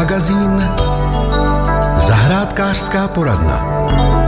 Magazín Zahrádkářská poradna.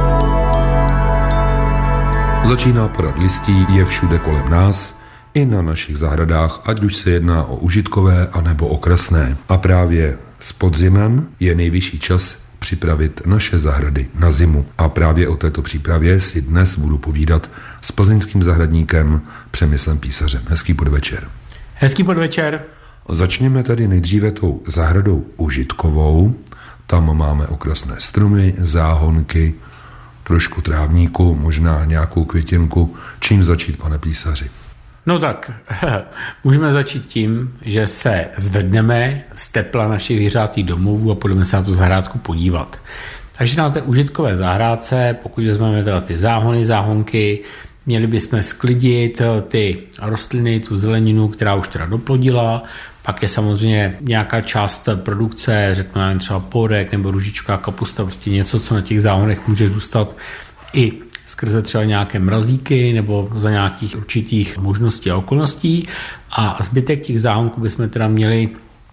Začíná padat listí, je všude kolem nás, i na našich zahradách, ať už se jedná o užitkové anebo okrasné. A právě s podzimem je nejvyšší čas připravit naše zahrady na zimu. A právě o této přípravě si dnes budu povídat s plzeňským zahradníkem Přemyslem Písařem. Hezký podvečer. Hezký podvečer. Začněme tady nejdříve tou zahradou užitkovou. Tam máme okrasné stromy, záhonky, trošku trávníku, možná nějakou květinku. Čím začít, pane písaři? No tak, můžeme začít tím, že se zvedneme z tepla našich vyhřátých domovů a půjdeme se na tu zahrádku podívat. Takže na té užitkové zahrádce, pokud vezmeme teda ty záhony, záhonky, měli bychom sklidit ty rostliny, tu zeleninu, která už teda doplodila. Pak je samozřejmě nějaká část produkce, řekněme třeba porek nebo růžička, kapusta, prostě něco, co na těch záhonech může zůstat i skrze třeba nějaké mrazíky nebo za nějakých určitých možností a okolností. A zbytek těch záhonků bychom teda měli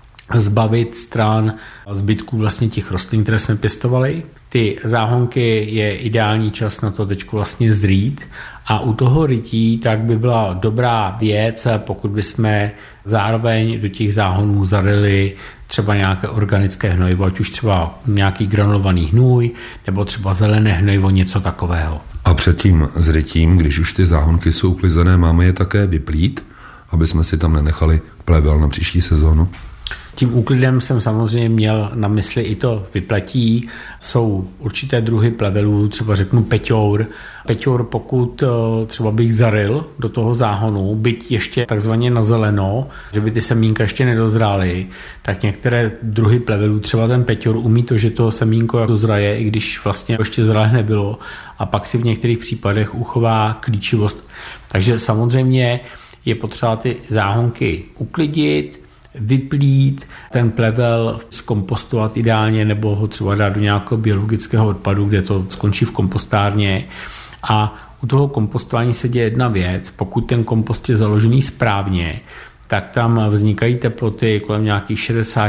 zbavit stran zbytků vlastně těch rostlin, které jsme pěstovali. Ty záhonky je ideální čas na to teď vlastně zrýt a u toho rytí tak by byla dobrá věc, pokud bychom zároveň do těch záhonů zarili třeba nějaké organické hnojivo, ať už třeba nějaký granulovaný hnůj nebo třeba zelené hnojivo, něco takového. A před tím zrytím, když už ty záhonky jsou uklizené, máme je také vyplít, aby jsme si tam nenechali plevel na příští sezónu? Tím úklidem jsem samozřejmě měl na mysli i to vypletí. Jsou určité druhy plevelů, třeba řeknu peťour. Peťour, pokud třeba bych zaril do toho záhonu, byť ještě takzvaně na zeleno, že by ty semínka ještě nedozrály, tak některé druhy plevelů, třeba ten peťour, umí to, že to semínko dozraje, i když vlastně ještě zralé nebylo, a pak si v některých případech uchová klíčivost. Takže samozřejmě je potřeba ty záhonky uklidit, vyplít, ten plevel zkompostovat ideálně nebo ho třeba dát do nějakého biologického odpadu, kde to skončí v kompostárně. A u toho kompostování se děje jedna věc, pokud ten kompost je založený správně, tak tam vznikají teploty kolem nějakých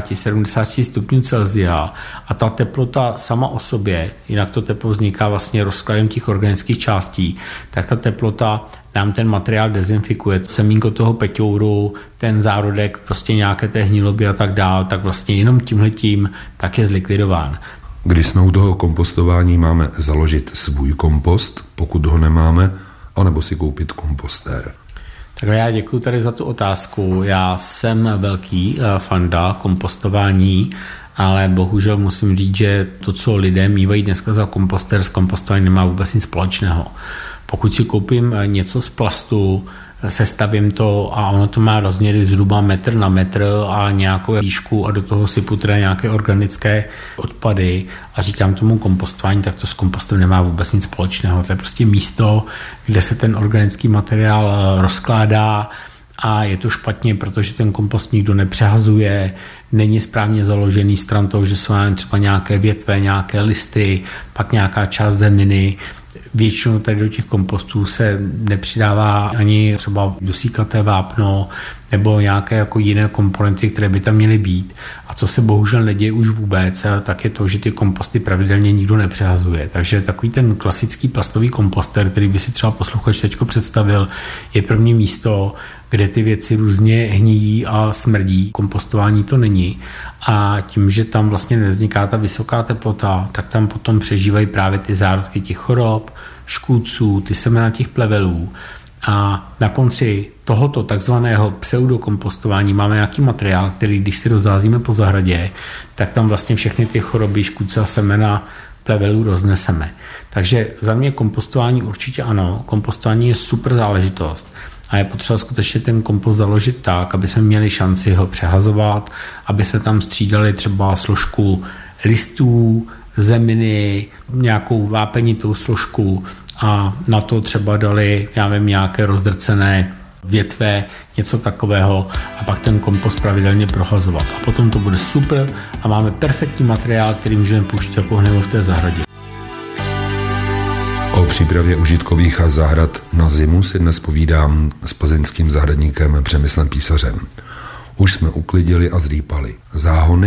60-70 stupňů Celsia a ta teplota sama o sobě, jinak to teplo vzniká vlastně rozkladem těch organických částí, tak ta teplota nám ten materiál dezinfikuje. Semínko toho peťouru, ten zárodek, prostě nějaké té hniloby a tak dál, tak vlastně jenom tímhletím tak je zlikvidován. Když jsme u toho kompostování, máme založit svůj kompost, pokud ho nemáme, anebo si koupit kompostér. Takhle já děkuji tady za tu otázku. Já jsem velký fanda kompostování, ale bohužel musím říct, že to, co lidé mívají dneska za kompostér, s kompostováním nemá vůbec nic společného. Pokud si koupím něco z plastu, sestavím to a ono to má rozměry zhruba metr na metr a nějakou výšku a do toho sypu teda nějaké organické odpady a říkám tomu kompostování, tak to s kompostem nemá vůbec nic společného. To je prostě místo, kde se ten organický materiál rozkládá a je to špatně, protože ten kompost nikdo nepřehazuje, není správně založený stran toho, že jsou třeba nějaké větve, nějaké listy, pak nějaká část zeminy. Většinou tady do těch kompostů se nepřidává ani třeba dusíkaté vápno nebo nějaké jako jiné komponenty, které by tam měly být. A co se bohužel neděje už vůbec, tak je to, že ty komposty pravidelně nikdo nepřehazuje. Takže takový ten klasický plastový komposter, který by si třeba posluchač teďko představil, je první místo, kde ty věci různě hníjí a smrdí. Kompostování to není. A tím, že tam vlastně nevzniká ta vysoká teplota, tak tam potom přežívají právě ty zárodky těch chorob, škůdců, ty semena těch plevelů. A na konci tohoto takzvaného pseudokompostování máme nějaký materiál, který když si rozházíme po zahradě, tak tam vlastně všechny ty choroby, škůdce a semena plevelů rozneseme. Takže za mě kompostování určitě ano, kompostování je super záležitost. A je potřeba skutečně ten kompost založit tak, aby jsme měli šanci ho přehazovat, aby jsme tam střídali třeba složku listů, zeminy, nějakou vápenitou složku a na to třeba dali, já nevím, nějaké rozdrcené větve, něco takového a pak ten kompost pravidelně prohazovat. A potom to bude super a máme perfektní materiál, který můžeme použít jako hnojivo v té zahradě. O přípravě užitkových a zahrad na zimu si dnes povídám s plzeňským zahradníkem Přemyslem Písařem. Už jsme uklidili a zrýpali záhony,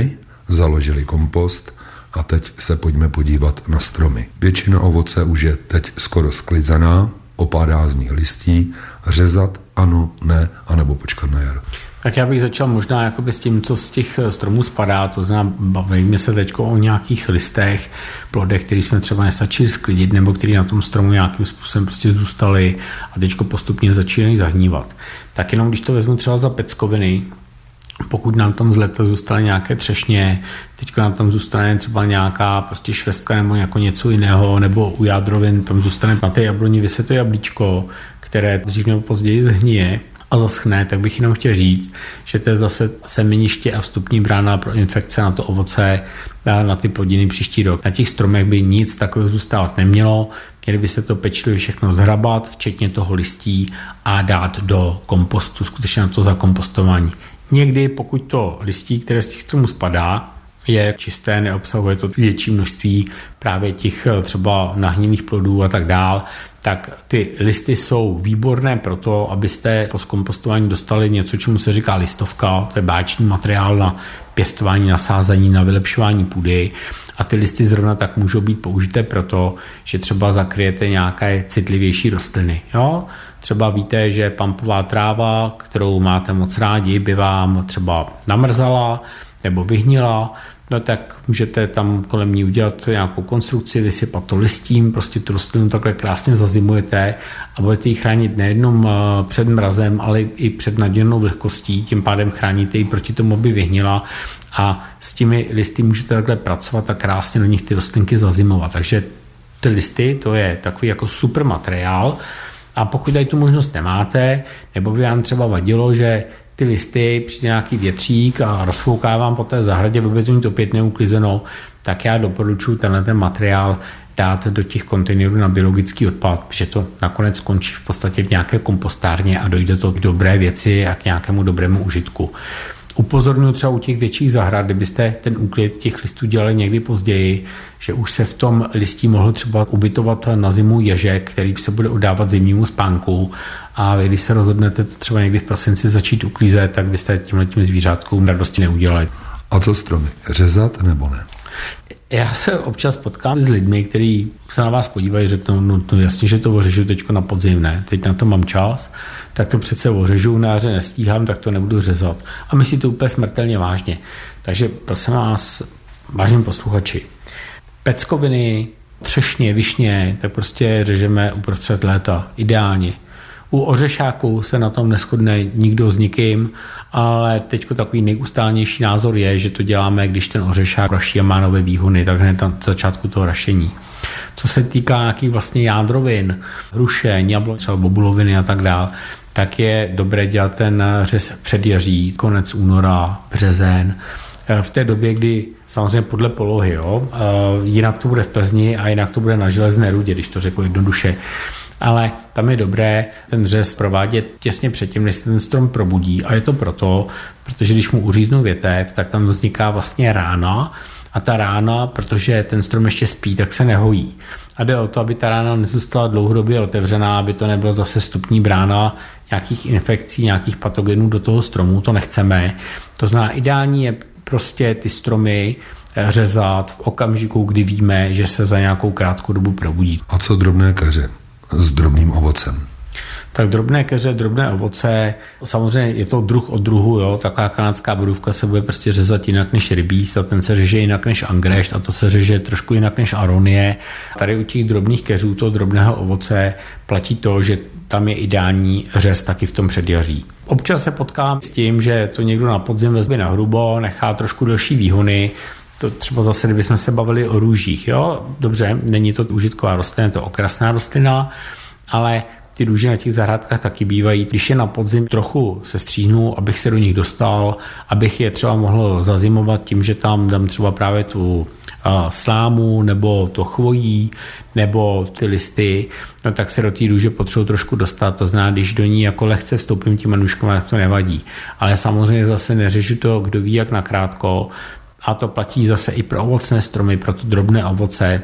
založili kompost a teď se pojďme podívat na stromy. Většina ovoce už je teď skoro sklizená, opadá z nich listí, řezat ano, ne, anebo počkat na jaro. Tak já bych začal možná jakoby s tím, co z těch stromů spadá, to znamená, bavíme se teď o nějakých listech, plodech, který jsme třeba nestačili sklidit, nebo který na tom stromu nějakým způsobem prostě zůstaly a teď postupně začínají zahnívat. Tak jenom když to vezmu třeba za peckoviny, pokud nám tam z leta zůstaly nějaké třešně, teď nám tam zůstane třeba nějaká prostě švestka nebo jako něco jiného, nebo u jádrovin tam zůstane na té jabloni vise to jablíčko, které dřív nebo později zhnije a zaschne, tak bych jenom chtěl říct, že to je zase semeniště a vstupní brána pro infekce na to ovoce, na ty plodiny příští rok. Na těch stromech by nic takového zůstávat nemělo, měli by se to pečlivě všechno zhrabat, včetně toho listí a dát do kompostu, skutečně na to zakompostování. Někdy, pokud to listí, které z těch stromů spadá, je čisté, neobsahuje to větší množství právě těch třeba nahnilých plodů a tak dál, tak ty listy jsou výborné pro to, abyste po zkompostování dostali něco, čemu se říká listovka, to je báječný materiál na pěstování, nasázení, na vylepšování půdy a ty listy zrovna tak můžou být použité proto, že třeba zakryjete nějaké citlivější rostliny. Jo? Třeba víte, že pampová tráva, kterou máte moc rádi, by vám třeba namrzala nebo vyhnila, no tak můžete tam kolem ní udělat nějakou konstrukci, vysypat to listím, prostě tu rostlinu takhle krásně zazimujete a budete ji chránit nejenom před mrazem, ale i před nadměrnou vlhkostí, tím pádem chráníte ji proti tomu, aby vyhnila a s těmi listy můžete takhle pracovat a krásně na nich ty rostlinky zazimovat. Takže ty listy, to je takový jako super materiál a pokud tady tu možnost nemáte, nebo by vám třeba vadilo, že ty listy přijde nějaký větřík a rozfouká vám po té zahradě, budete mít opět neuklizeno, tak já doporučuji tenhle materiál dát do těch kontejnerů na biologický odpad, že to nakonec skončí v podstatě v nějaké kompostárně a dojde to k dobré věci a k nějakému dobrému užitku. Upozorňuji třeba u těch větších zahrad, kdybyste ten úklid těch listů dělali někdy později, že už se v tom listí mohl třeba ubytovat na zimu ježek, který se bude oddávat zimnímu spánku a vy, když se rozhodnete to třeba někdy v prosinci začít uklízet, tak byste tímhletím zvířátkům radosti neudělali. A co stromy? Řezat nebo ne? Já se občas potkám s lidmi, kteří se na vás podívají, řeknou, no jasně, že to ořežu teď na podzim, ne? Teď na to mám čas, tak to přece ořežu, na jaře nestíhám, tak to nebudu řezat. A myslí to úplně smrtelně vážně. Takže prosím vás, vážení posluchači, peckoviny, třešně, višně, tak prostě řežeme uprostřed léta, ideálně. U ořešáků se na tom neshodne nikdo s nikým, ale teď takový nejustálnější názor je, že to děláme, když ten ořešák raší a má nové výhony, tak hned na začátku toho rašení. Co se týká nějakých vlastně jádrovin, hrušeň, jablon, třeba bobuloviny a tak dále, tak je dobré dělat ten řez předjaří, konec února, březen, v té době, kdy samozřejmě podle polohy, jo, jinak to bude v Plzni a jinak to bude na Železné Rudě, když to řeknu jednoduše. Ale tam je dobré ten řez provádět těsně předtím, než se ten strom probudí. A je to proto, protože když mu uříznou větev, tak tam vzniká vlastně rána a ta rána, protože ten strom ještě spí, tak se nehojí. A jde o to, aby ta rána nezůstala dlouhodobě otevřená, aby to nebyla zase vstupní brána nějakých infekcí, nějakých patogenů do toho stromu, to nechceme. To znamená, ideální je prostě ty stromy řezat v okamžiku, kdy víme, že se za nějakou krátkou dobu probudí. A co drobné keře s drobným ovocem? Tak drobné keře, drobné ovoce, samozřejmě je to druh od druhu, jo? Taková kanadská borůvka se bude prostě řezat jinak než rybíz a ten se řeže jinak než angrešt a to se řeže trošku jinak než aronie. Tady u těch drobných keřů, toho drobného ovoce platí to, že tam je ideální řez taky v tom předjaří. Občas se potkám s tím, že to někdo na podzim vezme na hrubo, nechá trošku delší výhony. To třeba zase, kdybychom se bavili o růžích, jo? Dobře, není to užitková rostlina, je to okrasná rostlina, ale ty růže na těch zahrádkách taky bývají. Když je na podzim trochu se stříhnu, abych se do nich dostal, abych je třeba mohl zazimovat tím, že tam dám třeba právě tu slámu nebo to chvojí nebo ty listy, no tak se do té růže potřebuji trošku dostat. To znamená, když do ní jako lehce vstoupím těma nůžkama, tak to nevadí. Ale samozřejmě zase neřežu to, kdo ví jak nakrátko, a to platí zase i pro ovocné stromy, pro to drobné ovoce,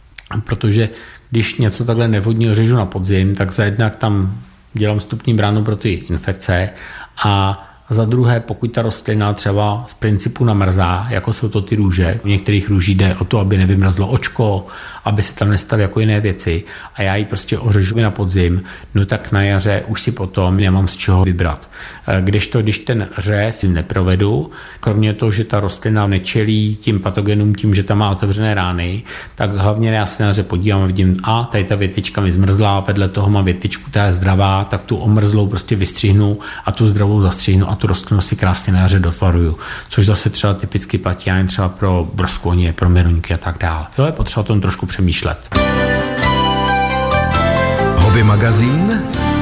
protože když něco takhle nevhodního řežu na podzim, tak za jednak tam dělám vstupní bránu pro ty infekce a A za druhé, pokud ta rostlina třeba z principu namrzá, jako jsou to ty růže, u některých růží jde o to, aby nevymrzlo očko, aby se tam nestaly jako jiné věci a já ji prostě ořežu na podzim, no tak na jaře už si potom nemám z čeho vybrat. Když ten řez neprovedu, kromě toho, že ta rostlina nečelí tím patogenům tím, že tam má otevřené rány, tak hlavně já se na jaře podívám a vidím, tady ta větvička mi zmrzla, vedle toho má větvičku, ta je zdravá, tak tu omrzlou prostě vystřihnu a tu zdravou zastřihnu a tu rostlinu si krásně na jaře dotvaruju. Což zase třeba typicky platí třeba pro broskoně, pro meruňky a tak dále. Jo, je potřeba o tom trošku přemýšlet. Hobby magazín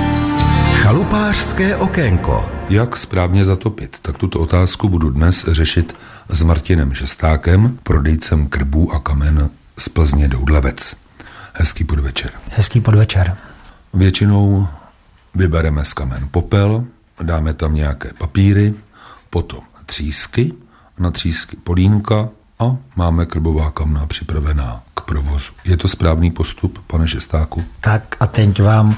Chalupářské okénko. Jak správně zatopit? Tak tuto otázku budu dnes řešit s Martinem Šestákem, prodejcem krbů a kamen z Plzně Doudlavec. Hezký podvečer. Hezký podvečer. Většinou vybereme z kamen popel, dáme tam nějaké papíry, potom třísky, na třísky polínka a máme krbová kamna připravená k provozu. Je to správný postup, pane Šestáku? Tak a teď vám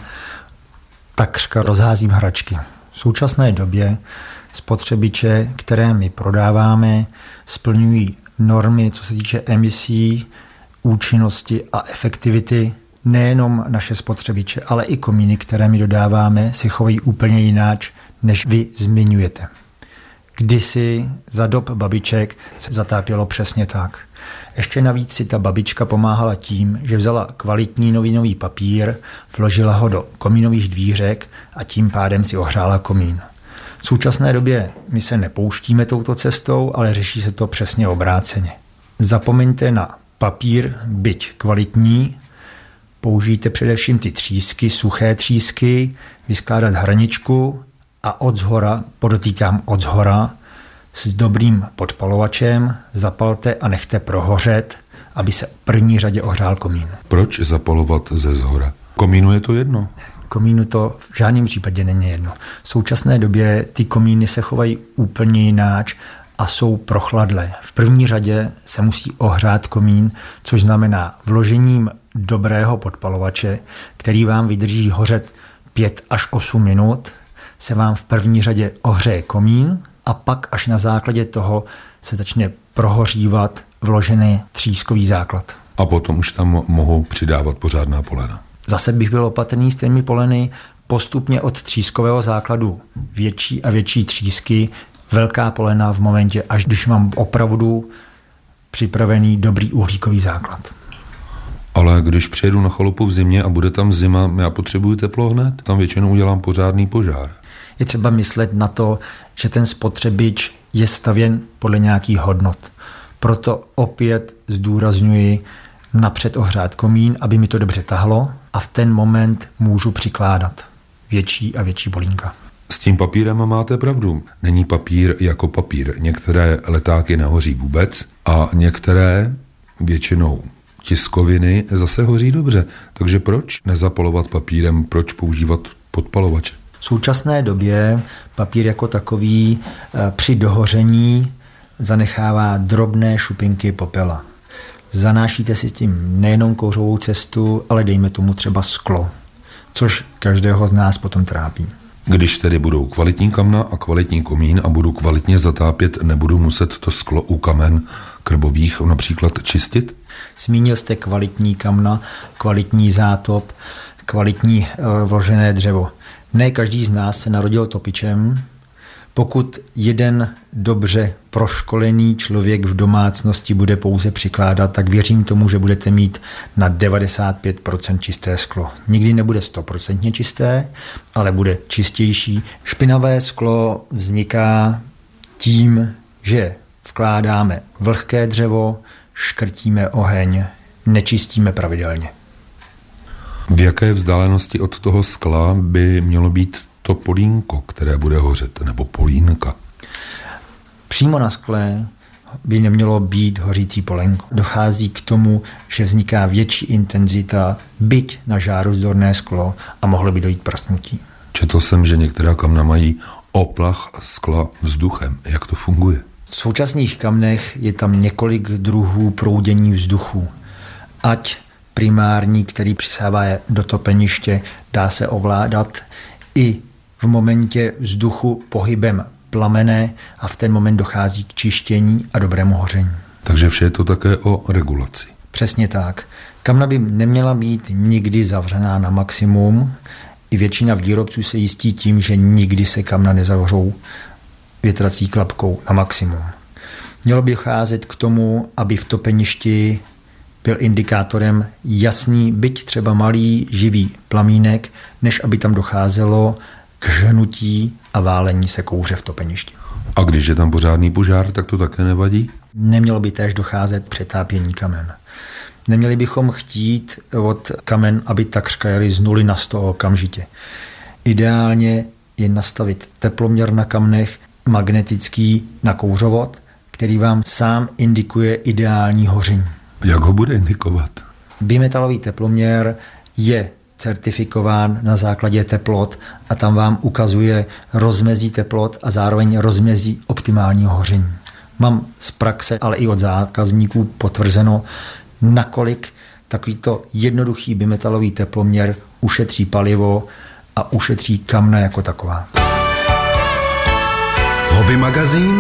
takřka rozházím hračky. V současné době spotřebiče, které my prodáváme, splňují normy, co se týče emisí, účinnosti a efektivity. Nejenom naše spotřebiče, ale i komíny, které my dodáváme, si chovají úplně jináč, než vy zmiňujete. Kdysi za dob babiček se zatápělo přesně tak. Ještě navíc si ta babička pomáhala tím, že vzala kvalitní novinový papír, vložila ho do komínových dvířek a tím pádem si ohřála komín. V současné době my se nepouštíme touto cestou, ale řeší se to přesně obráceně. Zapomeňte na papír, byť kvalitní, použijte především ty třísky, suché třísky, vyskládat hraničku a odzhora, podotýkám odzhora, s dobrým podpalovačem zapalte a nechte prohořet, aby se v první řadě ohřál komín. Proč zapalovat ze zhora? Komínu je to jedno? Komínu to v žádném případě není jedno. V současné době ty komíny se chovají úplně jináč a jsou prochladlé. V první řadě se musí ohřát komín, což znamená vložením dobrého podpalovače, který vám vydrží hořet 5 až 8 minut, se vám v první řadě ohřeje komín a pak až na základě toho se začne prohořívat vložený třískový základ. A potom už tam mohou přidávat pořádná polena. Zase bych byl opatrný s těmi poleny, postupně od třískového základu větší a větší třísky, velká polena v momentě, až když mám opravdu připravený dobrý uhlíkový základ. Ale když přijedu na chalupu v zimě a bude tam zima, já potřebuji teplo hned, tam většinou udělám pořádný požár. Je třeba myslet na to, že ten spotřebič je stavěn podle nějakých hodnot. Proto opět zdůrazňuji napřed ohřát komín, aby mi to dobře tahlo a v ten moment můžu přikládat větší a větší polínka. S tím papírem máte pravdu. Není papír jako papír. Některé letáky nehoří vůbec a některé, většinou tiskoviny, zase hoří dobře. Takže proč nezapalovat papírem, proč používat podpalovače? V současné době papír jako takový při dohoření zanechává drobné šupinky popela. Zanášíte si tím nejenom kouřovou cestu, ale dejme tomu třeba sklo, což každého z nás potom trápí. Když tedy budou kvalitní kamna a kvalitní komín a budu kvalitně zatápět, nebudu muset to sklo u kamen krbových například čistit? Zmínil jste kvalitní kamna, kvalitní zátop, kvalitní vložené dřevo. Ne každý z nás se narodil topičem. Pokud jeden dobře proškolený člověk v domácnosti bude pouze přikládat, tak věřím tomu, že budete mít na 95% čisté sklo. Nikdy nebude 100% čisté, ale bude čistější. Špinavé sklo vzniká tím, že vkládáme vlhké dřevo, škrtíme oheň, nečistíme pravidelně. V jaké vzdálenosti od toho skla by mělo být to polínko, které bude hořet, nebo polínka? Přímo na skle by nemělo být hořící polenko. Dochází k tomu, že vzniká větší intenzita, byť na žározdorné sklo a mohlo by dojít prasknutí. Četl jsem, že některá kamna mají oplach skla vzduchem. Jak to funguje? V současných kamnech je tam několik druhů proudění vzduchu. Ať primární, který přisává do topeniště, dá se ovládat i v momentě vzduchu pohybem plamené a v ten moment dochází k čištění a dobrému hoření. Takže vše je to také o regulaci. Přesně tak. Kamna by neměla být nikdy zavřená na maximum. I většina výrobců se jistí tím, že nikdy se kamna nezavřou větrací klapkou na maximum. Mělo by docházet k tomu, aby v topeništi byl indikátorem jasný, byť třeba malý živý plamínek, než aby tam docházelo k žhnutí a válení se kouře v topeništi. A když je tam pořádný požár, tak to také nevadí? Nemělo by též docházet k přetápění kamen. Neměli bychom chtít od kamen, aby takřka jeli z 0 na 100 okamžitě. Ideálně je nastavit teploměr na kamnech, magnetický na kouřovod, který vám sám indikuje ideální hoření. Jak ho bude indikovat? Bimetalový teploměr je certifikován na základě teplot a tam vám ukazuje rozmezí teplot a zároveň rozmezí optimálního hoření. Mám z praxe, ale i od zákazníků potvrzeno, nakolik takovýto jednoduchý bimetalový teploměr ušetří palivo a ušetří kamna jako taková. Hobby magazín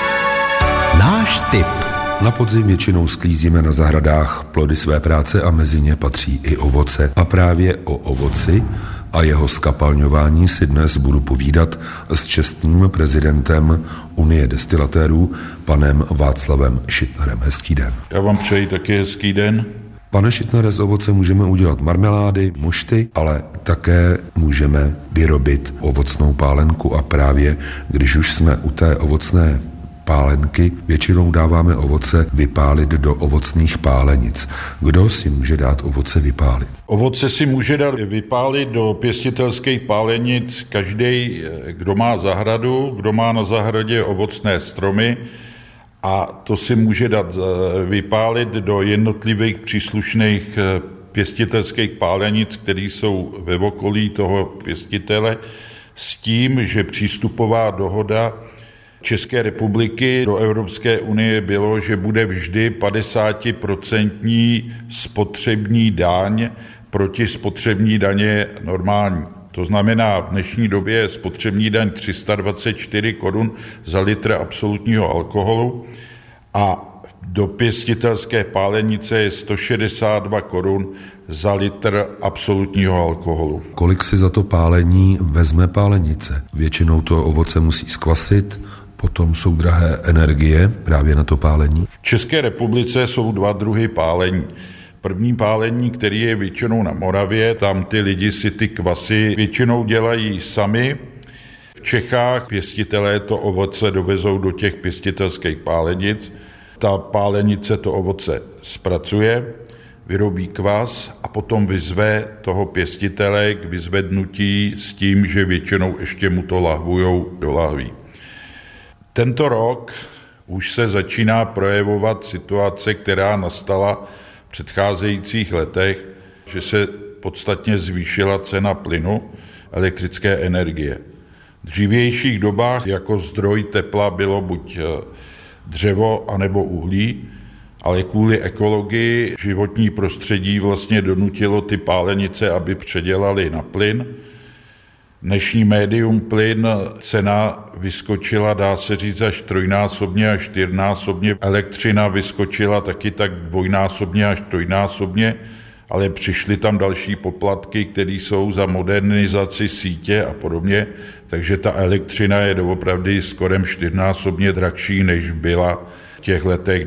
Náš tip. Na podzim většinou sklízíme na zahradách plody své práce a mezi ně patří i ovoce. A právě o ovoci a jeho skapalňování si dnes budu povídat s čestným prezidentem Unie destilatérů, panem Václavem Šitnerem. Hezký den. Já vám přeji taky hezký den. Pane Šitnere, z ovoce můžeme udělat marmelády, mošty, ale také můžeme vyrobit ovocnou pálenku a právě když už jsme u té ovocné pálenky, většinou dáváme ovoce vypálit do ovocných pálenic. Kdo si může dát ovoce vypálit? Ovoce si může dát vypálit do pěstitelských pálenic každý, kdo má zahradu, kdo má na zahradě ovocné stromy, a to si může dát vypálit do jednotlivých příslušných pěstitelských pálenic, které jsou ve okolí toho pěstitele, s tím, že přístupová dohoda České republiky do Evropské unie bylo, že bude vždy 50% spotřební daň proti spotřební daně normální. To znamená, v dnešní době je spotřební daň 324 korun za litr absolutního alkoholu a do pěstitelské pálenice je 162 korun za litr absolutního alkoholu. Kolik si za to pálení vezme pálenice? Většinou to ovoce musí skvasit, potom jsou drahé energie právě na to pálení. V České republice jsou 2 druhy pálení. První pálení, který je většinou na Moravě, tam ty lidi si ty kvasy většinou dělají sami. V Čechách pěstitelé to ovoce dovezou do těch pěstitelských pálenic. Ta pálenice to ovoce zpracuje, vyrobí kvas a potom vyzve toho pěstitele k vyzvednutí s tím, že většinou ještě mu to lahvujou do lahví. Tento rok už se začíná projevovat situace, která nastala v předcházejících letech, že se podstatně zvýšila cena plynu, elektrické energie. V dřívějších dobách jako zdroj tepla bylo buď dřevo anebo uhlí, ale kvůli ekologii životní prostředí vlastně donutilo ty pálenice, aby předělali na plyn. Dnešní médium plyn cena vyskočila, dá se říct, až 3násobně až 4násobně. Elektřina vyskočila taky tak 2násobně až 3násobně, ale přišly tam další poplatky, které jsou za modernizaci sítě a podobně, takže ta elektřina je doopravdy skoro 4násobně drahší, než byla v těch letech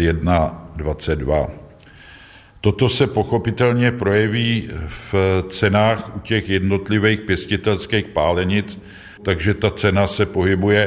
21-22. Toto se pochopitelně projeví v cenách u těch jednotlivých pěstitelských pálenic, takže ta cena se pohybuje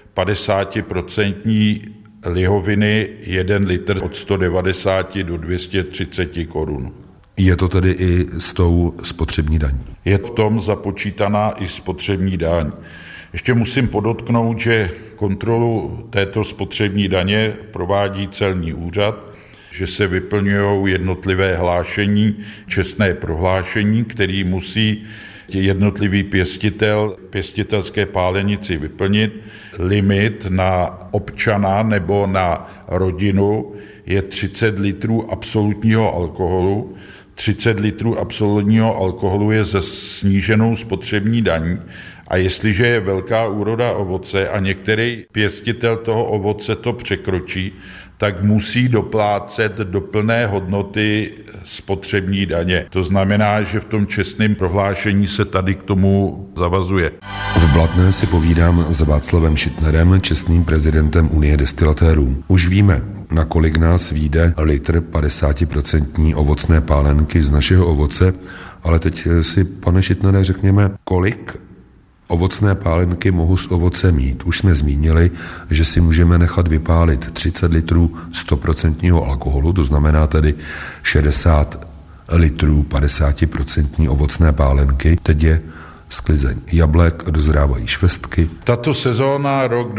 50% lihoviny 1 litr od 190 do 230 korun. Je to tedy i s tou spotřební daní? Je v tom započítaná i spotřební daň. Ještě musím podotknout, že kontrolu této spotřební daně provádí celní úřad, že se vyplňují jednotlivé hlášení, čestné prohlášení, který musí jednotlivý pěstitel pěstitelské pálenici vyplnit. Limit na občana nebo na rodinu je 30 litrů absolutního alkoholu. 30 litrů absolutního alkoholu je se sníženou spotřební daní A jestliže je velká úroda ovoce a některý pěstitel toho ovoce to překročí, tak musí doplácet do plné hodnoty spotřební daně. To znamená, že v tom čestném prohlášení se tady k tomu zavazuje. V Blatné si povídám s Václavem Šittnerem, čestným prezidentem Unie destilatérů. Už víme, nakolik nás vyjde litr 50% ovocné pálenky z našeho ovoce, ale teď si, pane Šittnere, řekněme, kolik ovocné pálenky mohu z ovoce mít. Už jsme zmínili, že si můžeme nechat vypálit 30 litrů 100% alkoholu, to znamená tedy 60 litrů 50% ovocné pálenky. Teď je sklizeň jablek, dozrávají švestky. Tato sezóna rok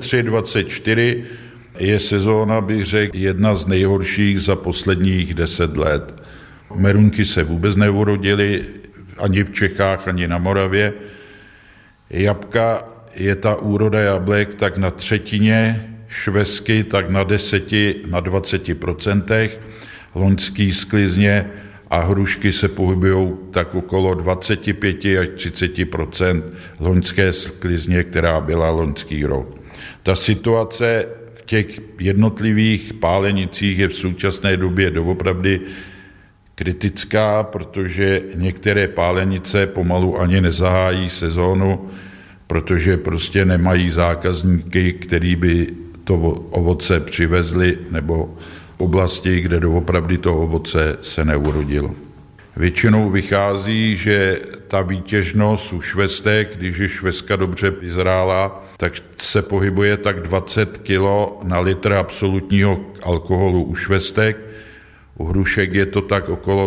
23-24 je sezóna, bych řekl, jedna z nejhorších za posledních 10 let. Merunky se vůbec neurodily ani v Čechách, ani na Moravě. Jabka je ta úroda jablek tak na třetině, švestky tak na 10-20%, loňský sklizně a hrušky se pohybují tak okolo 25 až 30% loňské sklizně, která byla loňský rok. Ta situace v těch jednotlivých pálenicích je v současné době doopravdy kritická, protože některé pálenice pomalu ani nezahájí sezónu, protože prostě nemají zákazníky, který by to ovoce přivezli, nebo oblasti, kde doopravdy to ovoce se neurodilo. Většinou vychází, že ta výtěžnost u švestek, když je švestka dobře vyzrála, tak se pohybuje tak 20 kg na litr absolutního alkoholu u švestek. U hrušek je to tak okolo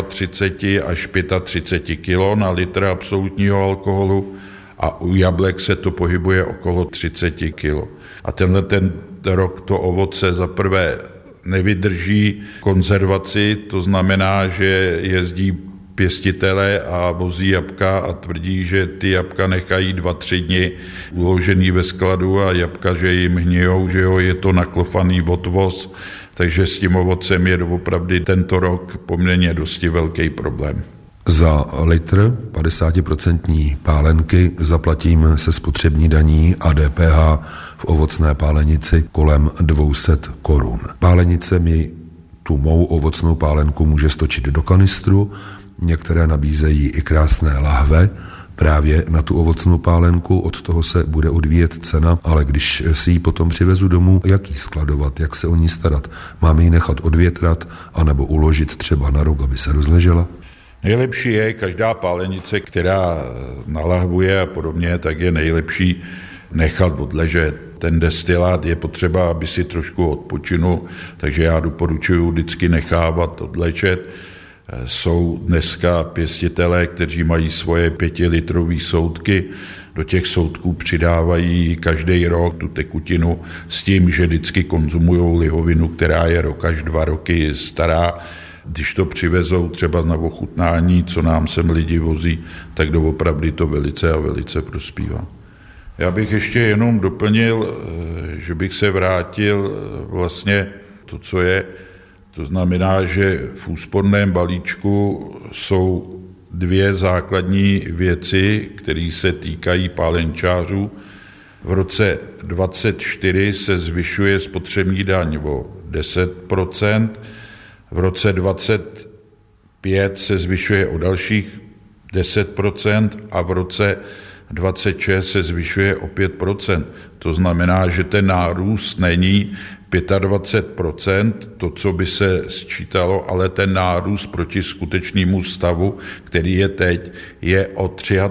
33 až 35 kg na litr absolutního alkoholu a u jablek se to pohybuje okolo 30 kg. A tenhle ten rok to ovoce za prvé nevydrží konzervaci, to znamená, že jezdí pěstitele a vozí jabka a tvrdí, že ty jabka nechají 2-3 dny uložený ve skladu a jabka, že jim hníjou, že jo, je to naklofaný odvoz, takže s tím ovocem je doopravdy tento rok poměrně dosti velký problém. Za litr 50% pálenky zaplatím se spotřební daní a DPH v ovocné pálenici kolem 200 korun. Pálenice mi tu mou ovocnou pálenku může stočit do kanistru, některé nabízejí i krásné lahve právě na tu ovocnou pálenku, od toho se bude odvíjet cena, ale když si ji potom přivezu domů, jak ji skladovat, jak se o ní starat, mám ji nechat odvětrat anebo uložit třeba na rok, aby se rozležela? Nejlepší je každá pálenice, která nalahvuje a podobně, tak je nejlepší nechat odležet. Ten destilát je potřeba, aby si trošku odpočinul, takže já doporučuji vždycky nechávat odležet. Jsou dneska pěstitelé, kteří mají svoje 5litrové soudky, do těch soudků přidávají každý rok tu tekutinu s tím, že vždycky konzumují lihovinu, která je rok až 2 roky stará. Když to přivezou třeba na ochutnání, co nám sem lidi vozí, tak doopravdy to velice a velice prospívá. Já bych ještě jenom doplnil, že bych se vrátil vlastně to, co je. To znamená, že v úsporném balíčku jsou 2 základní věci, které se týkají pálenčářů. V roce 2024 se zvyšuje spotřební daň o 10%, v roce 2025 se zvyšuje o dalších 10% a v roce 2026 se zvyšuje o 5%. To znamená, že ten nárůst není 25%, to, co by se sčítalo, ale ten nárůst proti skutečnému stavu, který je teď, je o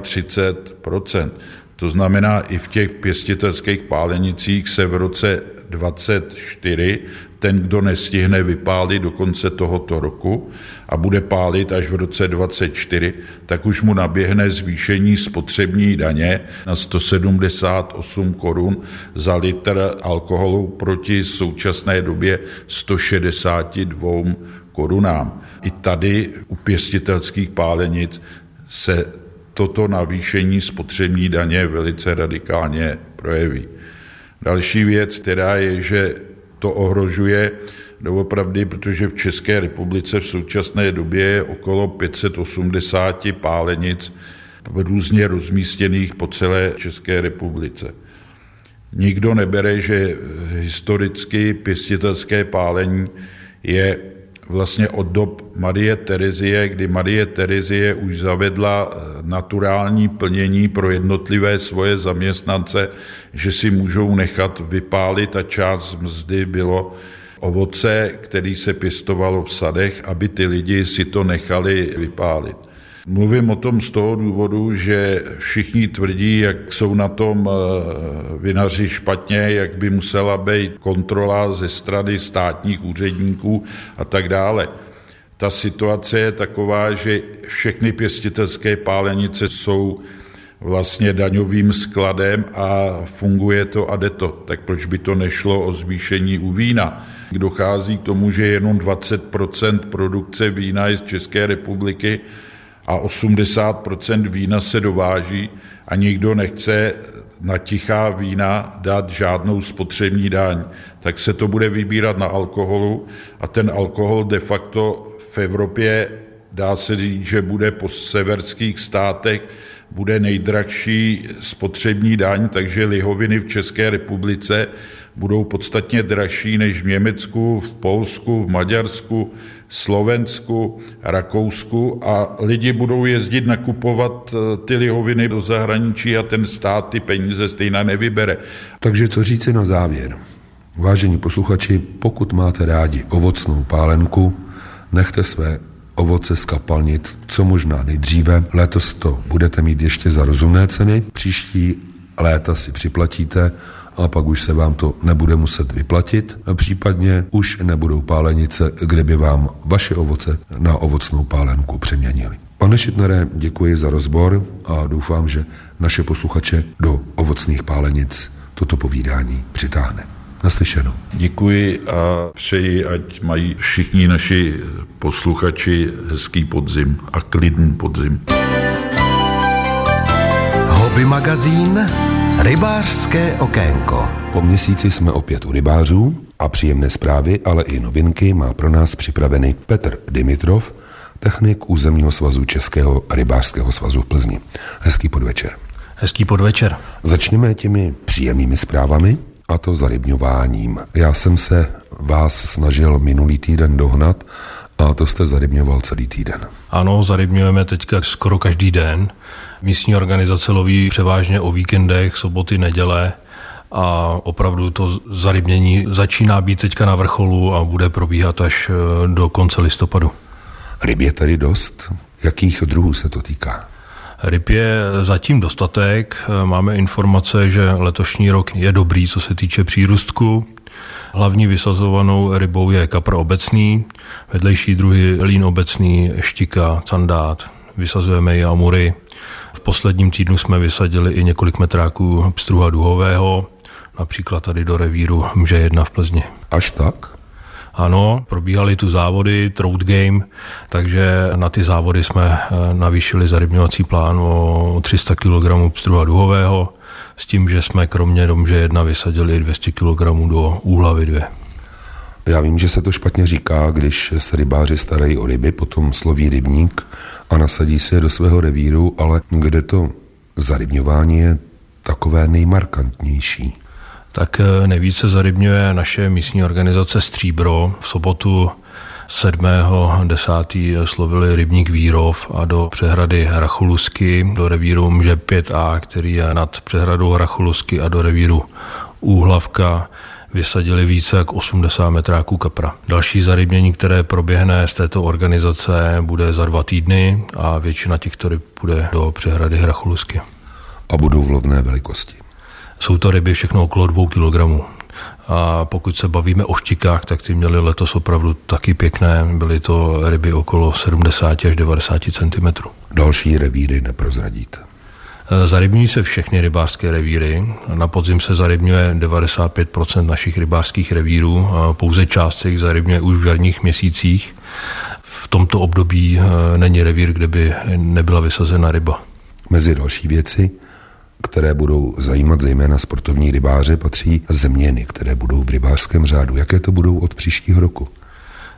33%. To znamená, i v těch pěstitelských pálenicích se v roce 2024 ten, kdo nestihne vypálit do konce tohoto roku a bude pálit až v roce 2024, tak už mu naběhne zvýšení spotřební daně na 178 korun za litr alkoholu proti současné době 162 korunám. I tady u pěstitelských pálenic se toto navýšení spotřební daně velice radikálně projeví. Další věc, která je, že to ohrožuje doopravdy, protože v České republice v současné době je okolo 580 pálenic různě rozmístěných po celé České republice. Nikdo nebere, že historicky pěstitelské pálení je vlastně od dob Marie Terezie, kdy Marie Terezie už zavedla naturální plnění pro jednotlivé svoje zaměstnance, že si můžou nechat vypálit a část mzdy bylo ovoce, který se pěstovalo v sadech, aby ty lidi si to nechali vypálit. Mluvím o tom z toho důvodu, že všichni tvrdí, jak jsou na tom vinaři špatně, jak by musela být kontrola ze strany státních úředníků a tak dále. Ta situace je taková, že všechny pěstitelské pálenice jsou vlastně daňovým skladem a funguje to a jde to. Tak proč by to nešlo o zvýšení u vína? Dochází k tomu, že jenom 20% produkce vína je z České republiky a 80% vína se dováží a nikdo nechce na tichá vína dát žádnou spotřební daň. Tak se to bude vybírat na alkoholu a ten alkohol de facto v Evropě, dá se říct, že bude po severských státech, bude nejdražší spotřební daň, takže lihoviny v České republice budou podstatně dražší než v Německu, v Polsku, v Maďarsku, Slovensku, Rakousku a lidi budou jezdit nakupovat ty lihoviny do zahraničí a ten stát ty peníze stejně nevybere. Takže co říci na závěr? Vážení posluchači, pokud máte rádi ovocnou pálenku, nechte své ovoce skapalnit co možná nejdříve. Letos to budete mít ještě za rozumné ceny, příští léta si připlatíte a pak už se vám to nebude muset vyplatit. Případně už nebudou pálenice, kde by vám vaše ovoce na ovocnou pálenku přeměnili. Pane Šittnere, děkuji za rozbor a doufám, že naše posluchače do ovocných pálenic toto povídání přitáhne. Naslyšenou. Děkuji a přeji, ať mají všichni naši posluchači hezký podzim a klidný podzim. Hobby magazín Rybářské okénko. Po měsíci jsme opět u rybářů a příjemné zprávy, ale i novinky má pro nás připravený Petr Dimitrov, technik územního svazu Českého rybářského svazu v Plzni. Hezký podvečer. Hezký podvečer. Začněme těmi příjemnými zprávami, a to zarybňováním. Já jsem se vás snažil minulý týden dohnat a to jste zarybňoval celý týden. Ano, zarybňujeme teďka skoro každý den. Místní organizace loví převážně o víkendech, soboty, neděle a opravdu to zarybnění začíná být teďka na vrcholu a bude probíhat až do konce listopadu. Ryb je tady dost? Jakých druhů se to týká? Ryb je zatím dostatek. Máme informace, že letošní rok je dobrý, co se týče přírůstku. Hlavní vysazovanou rybou je kapr obecný, vedlejší druhy lín obecný, štika, candát. Vysazujeme i amury. V posledním týdnu jsme vysadili i několik metráků pstruha duhového, například tady do revíru Mže 1 v Plzni. Až tak? Ano, probíhaly tu závody, trout game, takže na ty závody jsme navýšili zarybňovací plán o 300 kg pstruha duhového, s tím, že jsme kromě do Mže 1 vysadili 200 kg do Úhlavy 2. Já vím, že se to špatně říká, když se rybáři starají o ryby, potom sloví rybník a nasadí si je do svého revíru, ale kde to zarybňování je takové nejmarkantnější? Tak nejvíce zarybňuje naše místní organizace Stříbro. V sobotu 7.10. slovili rybník Vírov a do přehrady Racholusky, do revíru Mže 5A, který je nad přehradou Racholusky, a do revíru Úhlavka vysadili více jak 80 metráků kapra. Další zarybnění, které proběhne z této organizace, bude za 2 týdny a většina těchto ryb bude do přehrady Racholusky. A budou v lovné velikosti? Jsou to ryby všechno okolo 2 kg. A pokud se bavíme o štikách, tak ty měly letos opravdu taky pěkné. Byly to ryby okolo 70 až 90 cm. Další revíry neprozradíte? Zarybňují se všechny rybářské revíry. Na podzim se zarybňuje 95% našich rybářských revírů. Pouze část se jich zarybňuje už v jarních měsících. V tomto období není revír, kde by nebyla vysazena ryba. Mezi další věci, které budou zajímat zejména sportovní rybáře, patří změny, které budou v rybářském řádu. Jaké to budou od příštího roku?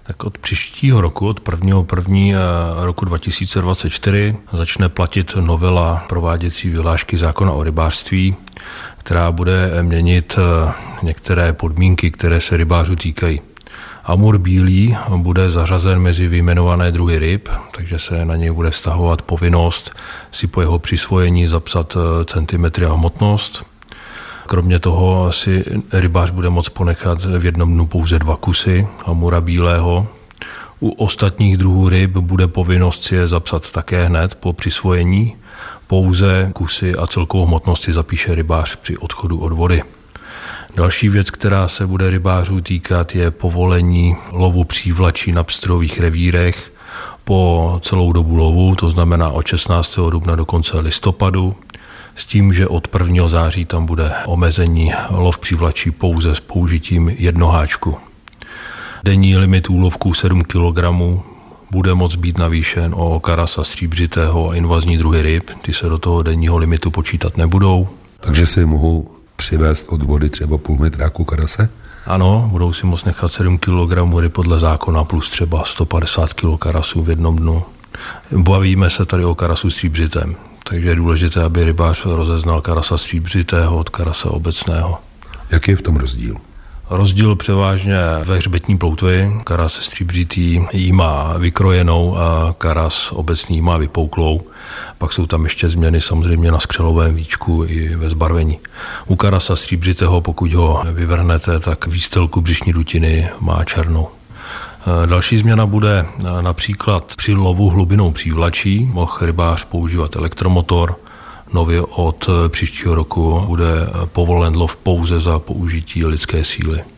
Tak od příštího roku, od 1.1. roku 2024, začne platit novela prováděcí vyhlášky zákona o rybářství, která bude měnit některé podmínky, které se rybářů týkají. Amur bílý bude zařazen mezi vyjmenované druhy ryb, takže se na něj bude vztahovat povinnost si po jeho přisvojení zapsat centimetry a hmotnost. Kromě toho si rybář bude moct ponechat v jednom dnu pouze 2 kusy amura bílého. U ostatních druhů ryb bude povinnost si je zapsat také hned po přisvojení. Pouze kusy a celkovou hmotnost si zapíše rybář při odchodu od vody. Další věc, která se bude rybářů týkat, je povolení lovu přívlačí na pstrových revírech po celou dobu lovu, to znamená od 16. dubna do konce listopadu, s tím, že od 1. září tam bude omezení lov přívlačí pouze s použitím jednoháčku. Denní limit úlovků 7 kg bude moct být navýšen o karasa stříbřitého a invazní druhy ryb, ty se do toho denního limitu počítat nebudou. Takže si mohou přivést od vody třeba půl metráku karase? Ano, budou si moct nechat 7 kg ryb podle zákona plus třeba 150 kg karasů v jednom dnu. Bavíme se tady o karasu stříbřitém, takže je důležité, aby rybář rozeznal karasa stříbřitého od karase obecného. Jaký je v tom rozdíl? Rozdíl převážně ve hřbetní ploutvi. Karas stříbřitý jí má vykrojenou a karas obecný má vypouklou. Pak jsou tam ještě změny samozřejmě na skřelovém víčku i ve zbarvení. U karasa stříbřitého, pokud ho vyvrhnete, tak výstelku břišní dutiny má černou. Další změna bude například při lovu hlubinou přívlačí. Mohl rybář používat elektromotor. Nově od příštího roku bude povolen lov pouze za použití lidské síly.